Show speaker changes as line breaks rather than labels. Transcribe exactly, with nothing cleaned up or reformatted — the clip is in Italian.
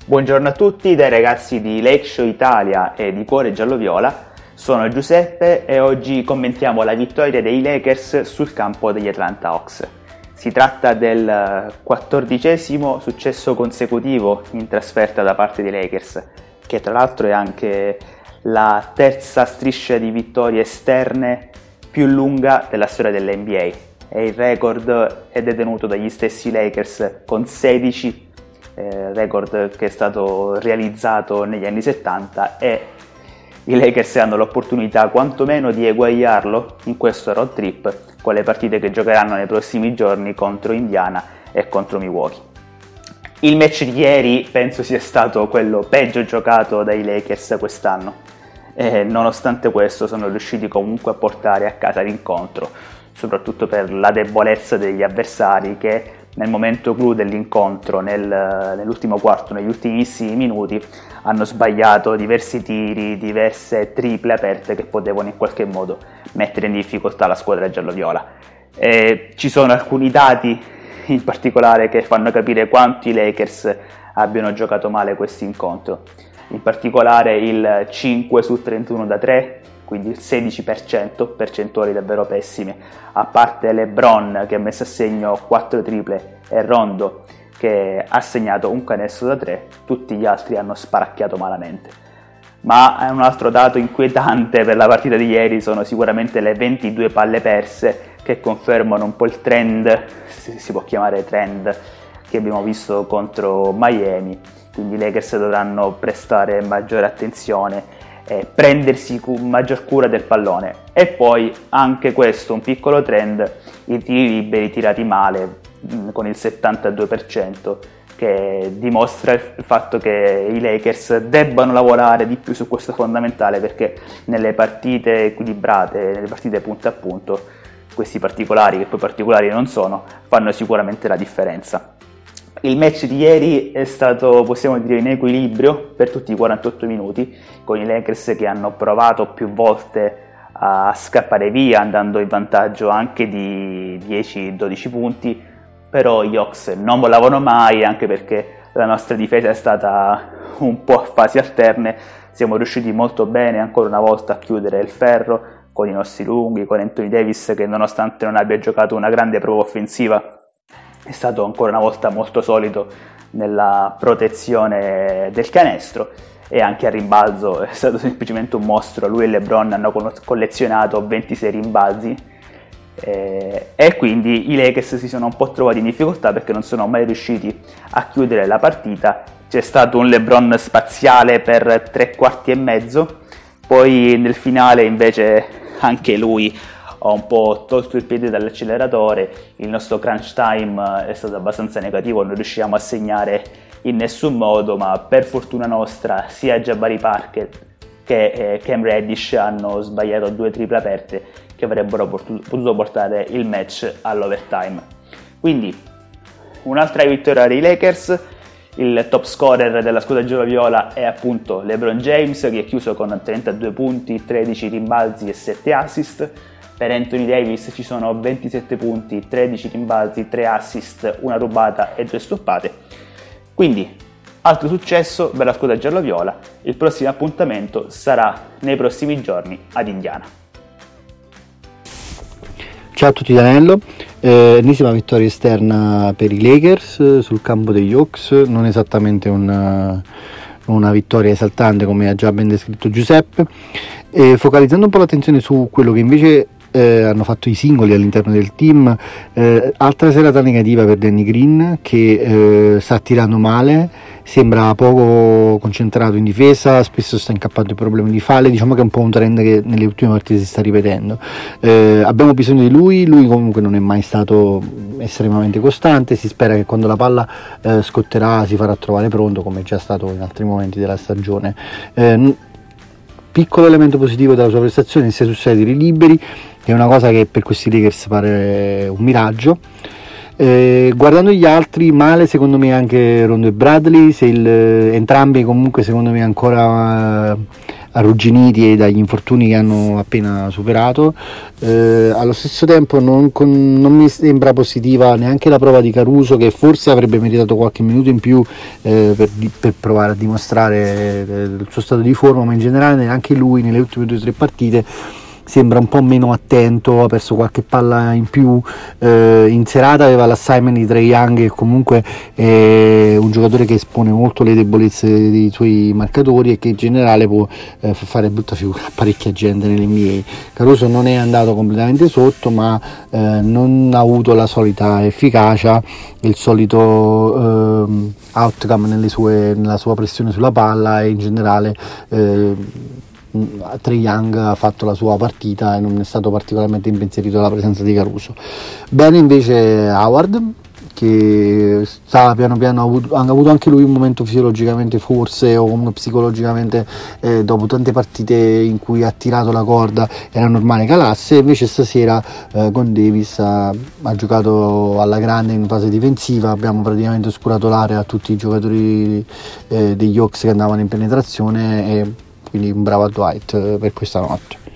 Buongiorno a tutti dai ragazzi di Lake Show Italia e di Cuore Giallo-Viola. Sono Giuseppe e oggi commentiamo la vittoria dei Lakers sul campo degli Atlanta Hawks. Si tratta del quattordicesimo successo consecutivo in trasferta da parte dei Lakers, che tra l'altro è anche la terza striscia di vittorie esterne più lunga della storia dell'N B A. E il record è detenuto dagli stessi Lakers con sedici, eh, record che è stato realizzato negli anni settanta, e i Lakers hanno l'opportunità quantomeno di eguagliarlo in questo road trip con le partite che giocheranno nei prossimi giorni contro Indiana e contro Milwaukee. Il match di ieri penso sia stato quello peggio giocato dai Lakers quest'anno e nonostante questo sono riusciti comunque a portare a casa l'incontro, soprattutto per la debolezza degli avversari che nel momento clou dell'incontro, nel, nell'ultimo quarto, negli ultimissimi minuti, hanno sbagliato diversi tiri, diverse triple aperte che potevano in qualche modo mettere in difficoltà la squadra giallo-viola. E ci sono alcuni dati in particolare che fanno capire quanto i Lakers abbiano giocato male questo incontro. In particolare il cinque su trentuno da tre, quindi il sedici per cento, percentuali davvero pessime, a parte LeBron che ha messo a segno quattro triple e Rondo che ha segnato un canestro da tre, tutti gli altri hanno sparacchiato malamente. Ma un altro dato inquietante per la partita di ieri sono sicuramente le ventidue palle perse, che confermano un po' il trend, se si può chiamare trend, che abbiamo visto contro Miami. Quindi i Lakers dovranno prestare maggiore attenzione e prendersi maggior cura del pallone. E poi anche questo un piccolo trend, i tiri liberi tirati male con il settantadue per cento, che dimostra il fatto che i Lakers debbano lavorare di più su questo fondamentale, perché nelle partite equilibrate, nelle partite punto a punto, questi particolari, che poi particolari non sono, fanno sicuramente la differenza. Il match di ieri è stato, possiamo dire, in equilibrio per tutti i quarantotto minuti, con i Lakers che hanno provato più volte a scappare via, andando in vantaggio anche di dieci dodici punti, però gli Hawks non mollavano mai, anche perché la nostra difesa è stata un po' a fasi alterne. Siamo riusciti molto bene ancora una volta a chiudere il ferro con i nostri lunghi, con Anthony Davis che nonostante non abbia giocato una grande prova offensiva è stato ancora una volta molto solido nella protezione del canestro, e anche a rimbalzo è stato semplicemente un mostro. Lui e LeBron hanno collezionato ventisei rimbalzi, eh, e quindi i Lakers si sono un po' trovati in difficoltà perché non sono mai riusciti a chiudere la partita. C'è stato un LeBron spaziale per tre quarti e mezzo, poi nel finale invece anche lui ho un po' tolto il piede dall'acceleratore. Il nostro crunch time è stato abbastanza negativo, non riusciamo a segnare in nessun modo, ma per fortuna nostra sia Jabari Parker che eh, Cam Reddish hanno sbagliato due triple aperte che avrebbero potuto portare il match all'overtime. Quindi un'altra vittoria dei Lakers. Il top scorer della squadra giallo-viola è appunto LeBron James, che è chiuso con trentadue punti, tredici rimbalzi e sette assist. Per Anthony Davis ci sono ventisette punti, tredici rimbalzi, tre assist, una rubata e due stoppate. Quindi altro successo per la squadra giallo-viola. Il prossimo appuntamento sarà nei prossimi giorni ad Indiana.
Ciao a tutti da Nello. Eh, ennesima vittoria esterna per i Lakers sul campo degli Hawks, non esattamente una, una vittoria esaltante come ha già ben descritto Giuseppe. E focalizzando un po' l'attenzione su quello che invece Eh, hanno fatto i singoli all'interno del team, eh, altra serata negativa per Danny Green, che eh, sta tirando male, sembra poco concentrato in difesa, spesso sta incappando in problemi di falle. Diciamo che è un po' un trend che nelle ultime partite si sta ripetendo. Eh, abbiamo bisogno di lui, lui comunque non è mai stato estremamente costante. Si spera che quando la palla eh, scotterà si farà trovare pronto, come è già stato in altri momenti della stagione. Eh, piccolo elemento positivo della sua prestazione sia su sei tiri liberi, che è una cosa che per questi Lakers pare un miraggio. Eh, guardando gli altri, male secondo me anche Rondo e Bradley, se il, entrambi comunque secondo me ancora arrugginiti dagli infortuni che hanno appena superato. Eh, allo stesso tempo non, con, non mi sembra positiva neanche la prova di Caruso, che forse avrebbe meritato qualche minuto in più eh, per, per provare a dimostrare eh, il suo stato di forma, ma in generale neanche lui nelle ultime due o tre partite sembra un po' meno attento, ha perso qualche palla in più. Eh, in serata aveva l'assignment di Trae Young, che comunque è un giocatore che espone molto le debolezze dei suoi marcatori e che in generale può eh, fare brutta figura a parecchia gente nell'N B A. Caruso non è andato completamente sotto, ma eh, non ha avuto la solita efficacia, il solito eh, outcome nelle sue, nella sua pressione sulla palla, e in generale eh, Trae Young ha fatto la sua partita e non è stato particolarmente impensierito dalla presenza di Caruso. Bene invece Howard, che sta piano piano, ha avuto, ha avuto anche lui un momento fisiologicamente forse o comunque psicologicamente, eh, dopo tante partite in cui ha tirato la corda era normale calasse. Invece stasera eh, con Davis ha, ha giocato alla grande in fase difensiva, abbiamo praticamente oscurato l'area a tutti i giocatori eh, degli Hawks che andavano in penetrazione, e quindi un bravo a Dwight per questa notte.